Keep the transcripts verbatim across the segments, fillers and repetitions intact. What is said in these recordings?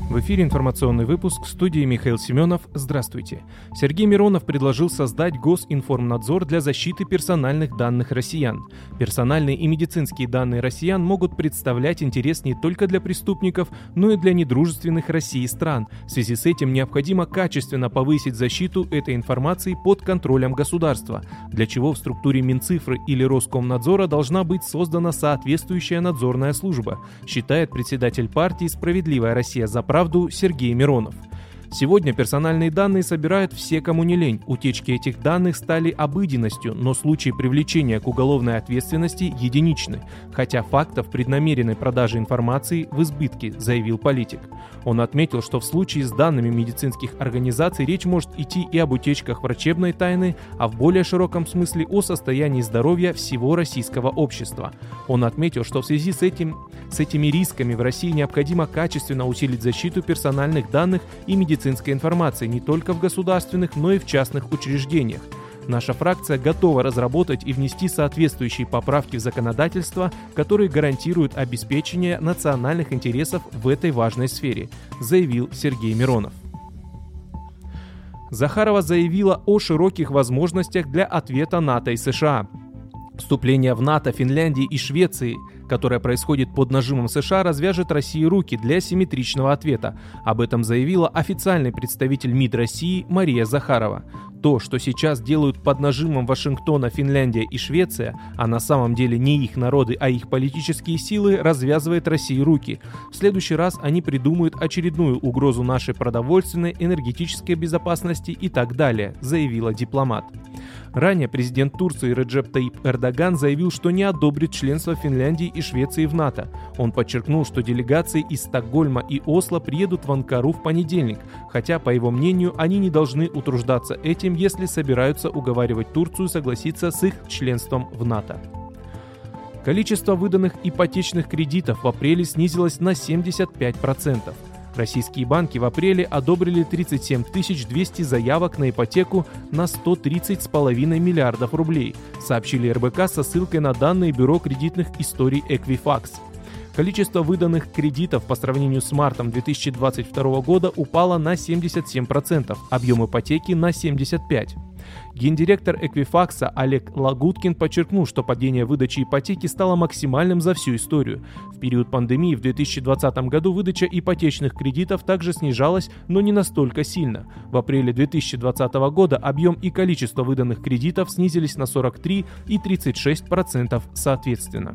В эфире информационный выпуск, в студии Михаил Семенов. Здравствуйте. Сергей Миронов предложил создать Госинформнадзор для защиты персональных данных россиян. Персональные и медицинские данные россиян могут представлять интерес не только для преступников, но и для недружественных России стран. В связи с этим необходимо качественно повысить защиту этой информации под контролем государства, для чего в структуре Минцифры или Роскомнадзора должна быть создана соответствующая надзорная служба, считает председатель партии «Справедливая Россия за правду» Сергей Миронов. Сегодня персональные данные собирают все, кому не лень. Утечки этих данных стали обыденностью, но случаи привлечения к уголовной ответственности единичны, хотя фактов преднамеренной продажи информации в избытке, заявил политик. Он отметил, что в случае с данными медицинских организаций речь может идти и об утечках врачебной тайны, а в более широком смысле о состоянии здоровья всего российского общества. Он отметил, что в связи с этим, с этими рисками в России необходимо качественно усилить защиту персональных данных и медицинских медицинской информации не только в государственных, но и в частных учреждениях. Наша фракция готова разработать и внести соответствующие поправки в законодательство, которые гарантируют обеспечение национальных интересов в этой важной сфере, заявил Сергей Миронов. Захарова заявила о широких возможностях для ответа НАТО и США. Вступление в НАТО Финляндии и Швеции, которое происходит под нажимом США, развяжет России руки для симметричного ответа. Об этом заявила официальный представитель МИД России Мария Захарова. То, что сейчас делают под нажимом Вашингтона Финляндия и Швеция, а на самом деле не их народы, а их политические силы, развязывает России руки. В следующий раз они придумают очередную угрозу нашей продовольственной, энергетической безопасности и так далее, заявила дипломат. Ранее президент Турции Реджеп Таyyip Эрдоган заявил, что не одобрит членство Финляндии и Швеции в НАТО. Он подчеркнул, что делегации из Стокгольма и Осло приедут в Анкару в понедельник, хотя, по его мнению, они не должны утруждаться этим, если собираются уговаривать Турцию согласиться с их членством в НАТО. Количество выданных ипотечных кредитов в апреле снизилось на семьдесят пять процентов. Российские банки в апреле одобрили тридцать семь тысяч двести заявок на ипотеку на сто тридцать с половиной миллиардов рублей, сообщили эр бэ ка со ссылкой на данные Бюро кредитных историй Equifax. Количество выданных кредитов по сравнению с мартом две тысячи двадцать второго года упало на семьдесят семь процентов, объем ипотеки на семьдесят пять процентов. Гендиректор Equifax Олег Лагуткин подчеркнул, что падение выдачи ипотеки стало максимальным за всю историю. В период пандемии в две тысячи двадцатом году выдача ипотечных кредитов также снижалась, но не настолько сильно. В апреле две тысячи двадцатого года объем и количество выданных кредитов снизились на сорок три и тридцать шесть процентов соответственно.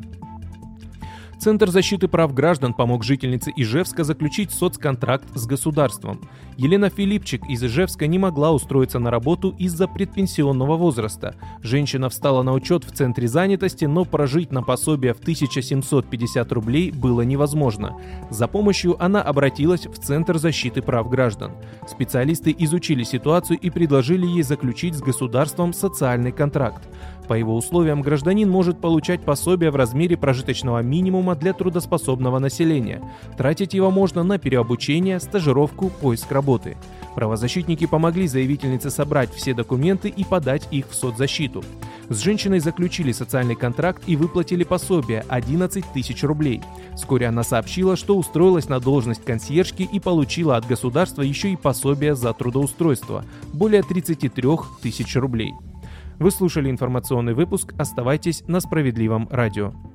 Центр защиты прав граждан помог жительнице Ижевска заключить соцконтракт с государством. Елена Филипчик из Ижевска не могла устроиться на работу из-за предпенсионного возраста. Женщина встала на учет в Центре занятости, но прожить на пособие в тысяча семьсот пятьдесят рублей было невозможно. За помощью она обратилась в Центр защиты прав граждан. Специалисты изучили ситуацию и предложили ей заключить с государством социальный контракт. По его условиям гражданин может получать пособие в размере прожиточного минимума для трудоспособного населения. Тратить его можно на переобучение, стажировку, поиск работы. Правозащитники помогли заявительнице собрать все документы и подать их в соцзащиту. С женщиной заключили социальный контракт и выплатили пособие одиннадцать тысяч рублей. Вскоре она сообщила, что устроилась на должность консьержки и получила от государства еще и пособие за трудоустройство – более тридцать три тысячи рублей. Вы слушали информационный выпуск. Оставайтесь на Справедливом радио.